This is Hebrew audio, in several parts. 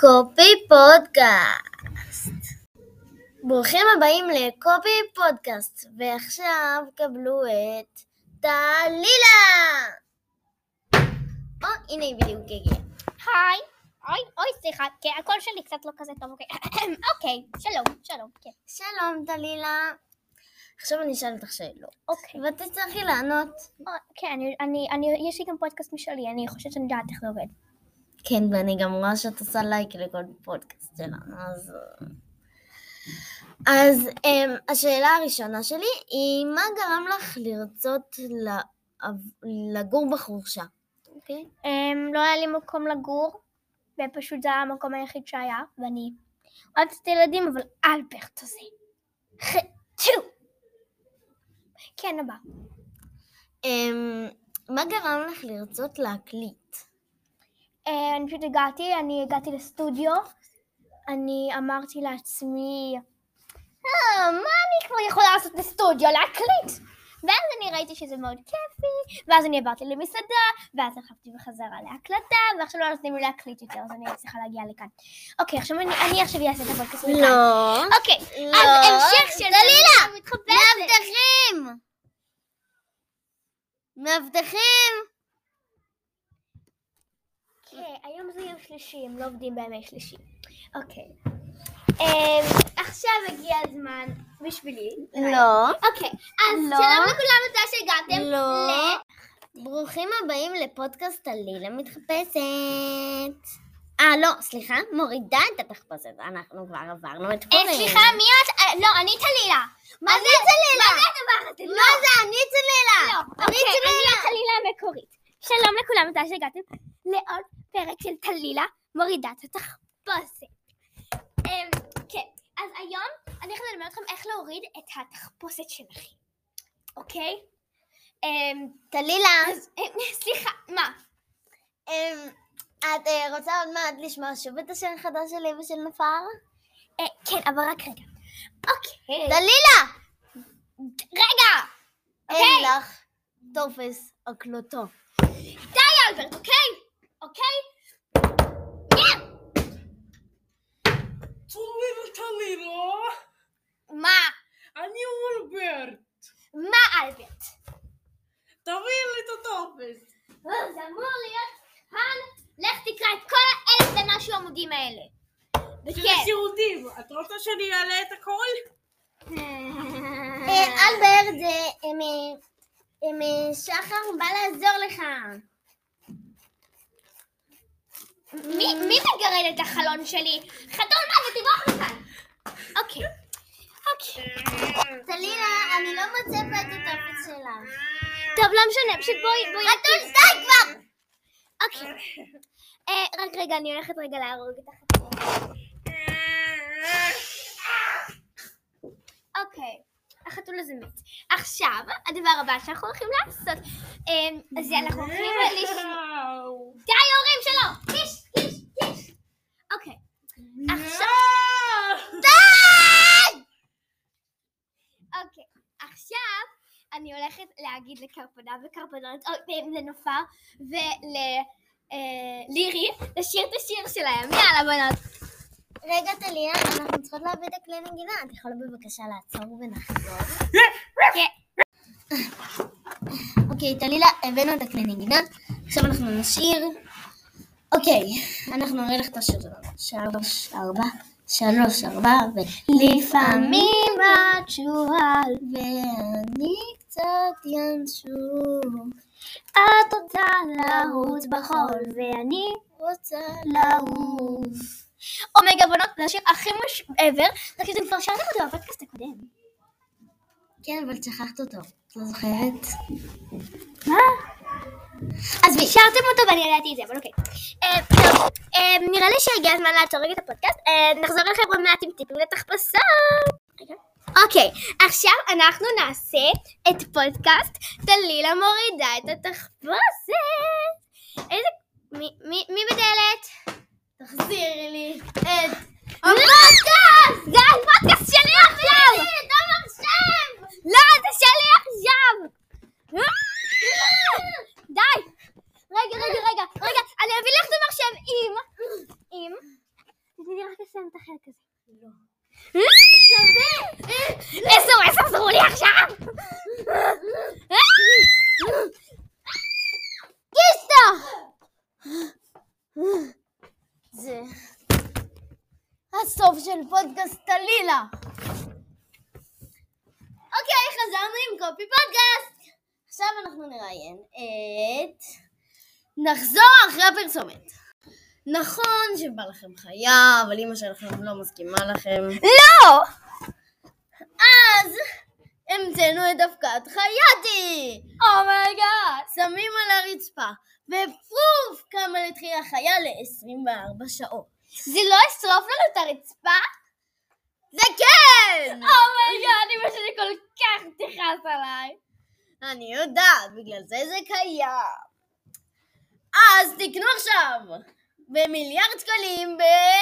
קופי פודקאסט. ברוכים הבאים לקופי פודקאסט, ועכשיו קבלו את טלילה. הנה היא בדיוק הגיעה. היי, אוי, סליחה, כן, הקול שלי קצת לא כזה טוב, אוקיי, שלום, כן. שלום טלילה. עכשיו אני אשאל אותך שאלות. אוקיי. ותצטרכי לענות. כן, יש לי גם פודקאסט משלי, אני חושבת שאני יודעת איך זה עובד. כן, ואני גם רואה שאת עושה לייק לכל פודקאסט שלנו, אז השאלה הראשונה שלי היא, מה גרם לך לרצות לגור בחורשה? אוקיי? לא היה לי מקום לגור, ופשוט זה היה המקום היחיד שהיה, ואני אוהבת את הילדים, אבל אלברט הזה. חצ'ו! כן, הבא. מה גרם לך לרצות להקליט? אני פשוט הגעתי לסטודיו, אני אמרתי לעצמי, מה אני כבר יכולה לעשות בסטודיו? להקליט! ואז אני ראיתי שזה מאוד כיפי, ואז אני עברתי למסעדה, ואז הלכתי בחזרה להקלטה, ועכשיו לא נותנים לי להקליט יותר, אז אני צריכה להגיע לכאן. אוקיי, עכשיו אני אעשה את הפודקאסט מכאן. לא. אוקיי, אז המשך של טלילה, מתחפשת. מאבטחים! כן, היום זה יום שלישי, הם לא עובדים בימי שלישי. אוקיי. עכשיו הגיע הזמן בשבילי. לא. אוקיי, אז שלום לכולם, תודה שהגעתם. לא. ברוכים הבאים לפודקאסט טלילה מתחפשת. לא, סליחה, מורידה את התחפושת. אנחנו כבר עברנו את כל סליחה, מי את? לא, אני טלילה. מה זה טלילה? מה זה הדבר הזה? מה זה? אני טלילה. לא, אוקיי, אני הטלילה המקורית. שלום לכולם, תודה שהגעתם לעוד פרק של טלילה מורידה את התחפושת. כן, אז היום אני הולכת ללמד אתכם איך להוריד את התחפושת שלכם. אוקיי? טלילה. סליחה, מה? את רוצה עוד מעט לשמוע שוב את השיר החדש שלי ושל נופר? כן, אבל רק רגע. אוקיי. טלילה! רגע! אין לך טופס הקלטה. די אלברט, אוקיי? אוקיי? טלילה? מה? אני אלברט. מה אלברט? תביא לי את הטופס. זה אמור להיות כאן. לך תקרא את כל 1,000 ומשהו עמודים האלה. של השירותים. את רוצה שאני אעלה את הכל? אלברט, שחר בא לעזור לך. מי מגרד את החלון שלי? חתול, מה זה? תברח מכאן. אוקיי. טלילה, אני לא מוצאת את הטופס שלך. טוב, לא משנה, פשוט בואי. חתול, די כבר! אוקיי. רק רגע, אני הולכת רגע להרוג את החתול. אוקיי, החתול הזה מת. עכשיו, הדבר הבא שאנחנו הולכים לעשות, אז אנחנו הולכים לשמוע. די, ההורים שלו! קיש! אוקיי, עכשיו... די! אוקיי, עכשיו אני הולכת להגיד לקרפדה וקרפדות, לנופר וללירי, לשיר את השיר שלהם. יאללה בנות. רגע טלילה, אנחנו צריכות להביא את הכלי נגינה. את יכולה בבקשה לעצור ונחזור? כן. אוקיי, טלילה, הבאנו את הכלי נגינה. עכשיו אנחנו נשאיר. אוקיי, אנחנו נראה לך את השיר שלנו. 3, 4, ולפעמים את שואל ואני קצת ינשור. את רוצה לרוץ בחול ואני רוצה לעוף. אומגה בנות, זה השיר הכי משעבר, רק שאתם כבר שרתם אותו בפודקאסט הקודם. כן, אבל שכחת אותו. את לא זוכרת? מה? אז שרתם אותו ואני ידעתי את זה, אבל אוקיי. טוב, נראה לי שהגיע הזמן לעצור רגע את הפודקאסט. נחזור לכם עוד מעט עם טיפים לתחפושות. אוקיי, עכשיו אנחנו נעשה את פודקאסט טלילה מורידה את התחפושת. מי בדלת? תחזירי לי את הפודקאסט! זה הפודקאסט שלי עכשיו! לא, זה שלי עכשיו! די! רגע, אני אביא לך את המחשב עם החלק הזה. לא. שווה! 10 זרו לי עכשיו! גיסטה! זה הסוף של פודקאסט טלילה. אוקיי, חזרנו עם קופי פודקאסט. עכשיו אנחנו נראיין את... נחזור אחרי הפרסומת. נכון שבא לכם חיה, אבל אמא שלכם לא מסכימה לכם. לא! אז המצאנו את אבקת חייתי. אומייגאד! שמים על הרצפה, ופוף קמה לתחייה חיה ל-24 שעות. זה לא ישרוף לנו את הרצפה? זה כן! אומייגאד, אמא שלי כל כך תכעס עליי. אני יודעת, בגלל זה קיים. אז תקנו עכשיו ב1,000,000,000 שקלים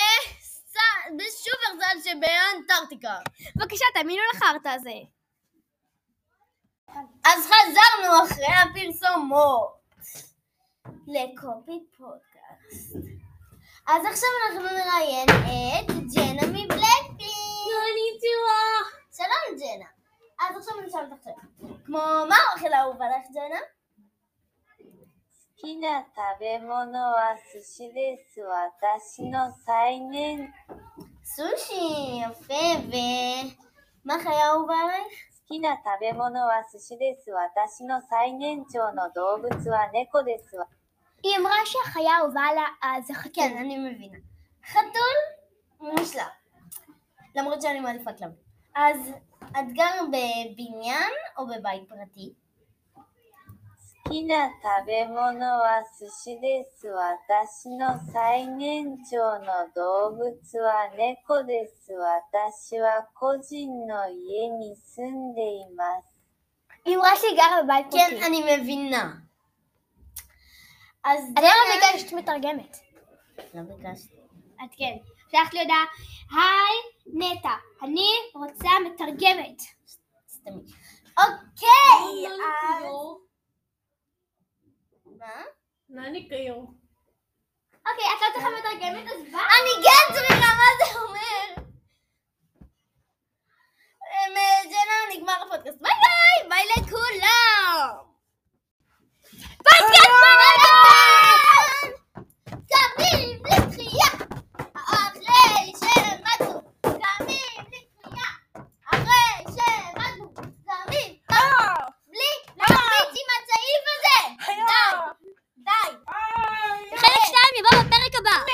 בשופרסל שבאנטארקטיקה. בבקשה, תאמינו לחרטא הזה. אז חזרנו אחרי הפרסומות לקופי פודקאסט. אז עכשיו אנחנו נראיין את ג'נה מבלקפינק. שלום ג'נה. אז עכשיו אני אשאל אותך שאלה. כמו מה האוכל האהוב עליך ג'נה? 好きな食べ物は寿司です。私の最年 סושי, יפה. ומה חיה אהובה עלייך? 好きな食べ物は寿司です。私の最年長の動物は猫です。 היא אמרה שהחיה האהובה לה זה חתול. כן, אני מבינה. חתול מושלם. למרות שאני מעדיפה כלבים. אז את גרה בבניין או בבית פרטי? 好きな食べ物は寿司です。私の最年長の動物は猫です。私は個人の家に住んでいます。 היא אמרה שהיא גרה בבית פרטי. כן, אני מבינה. אז אני לא ביקשת מתרגמת. לא ביקשת. את כן. שלחת לי הודעה, היי נטע, אני רוצה מתרגמת. סתמי. אוקיי. מה? נעני כיום. אוקיי, את לא צריכה מתרגמת, אז ביי. אני כן צריכה, מה זה אומר? ג'נה, נגמר הפודקאסט. ביי ביי! ביי לכולם!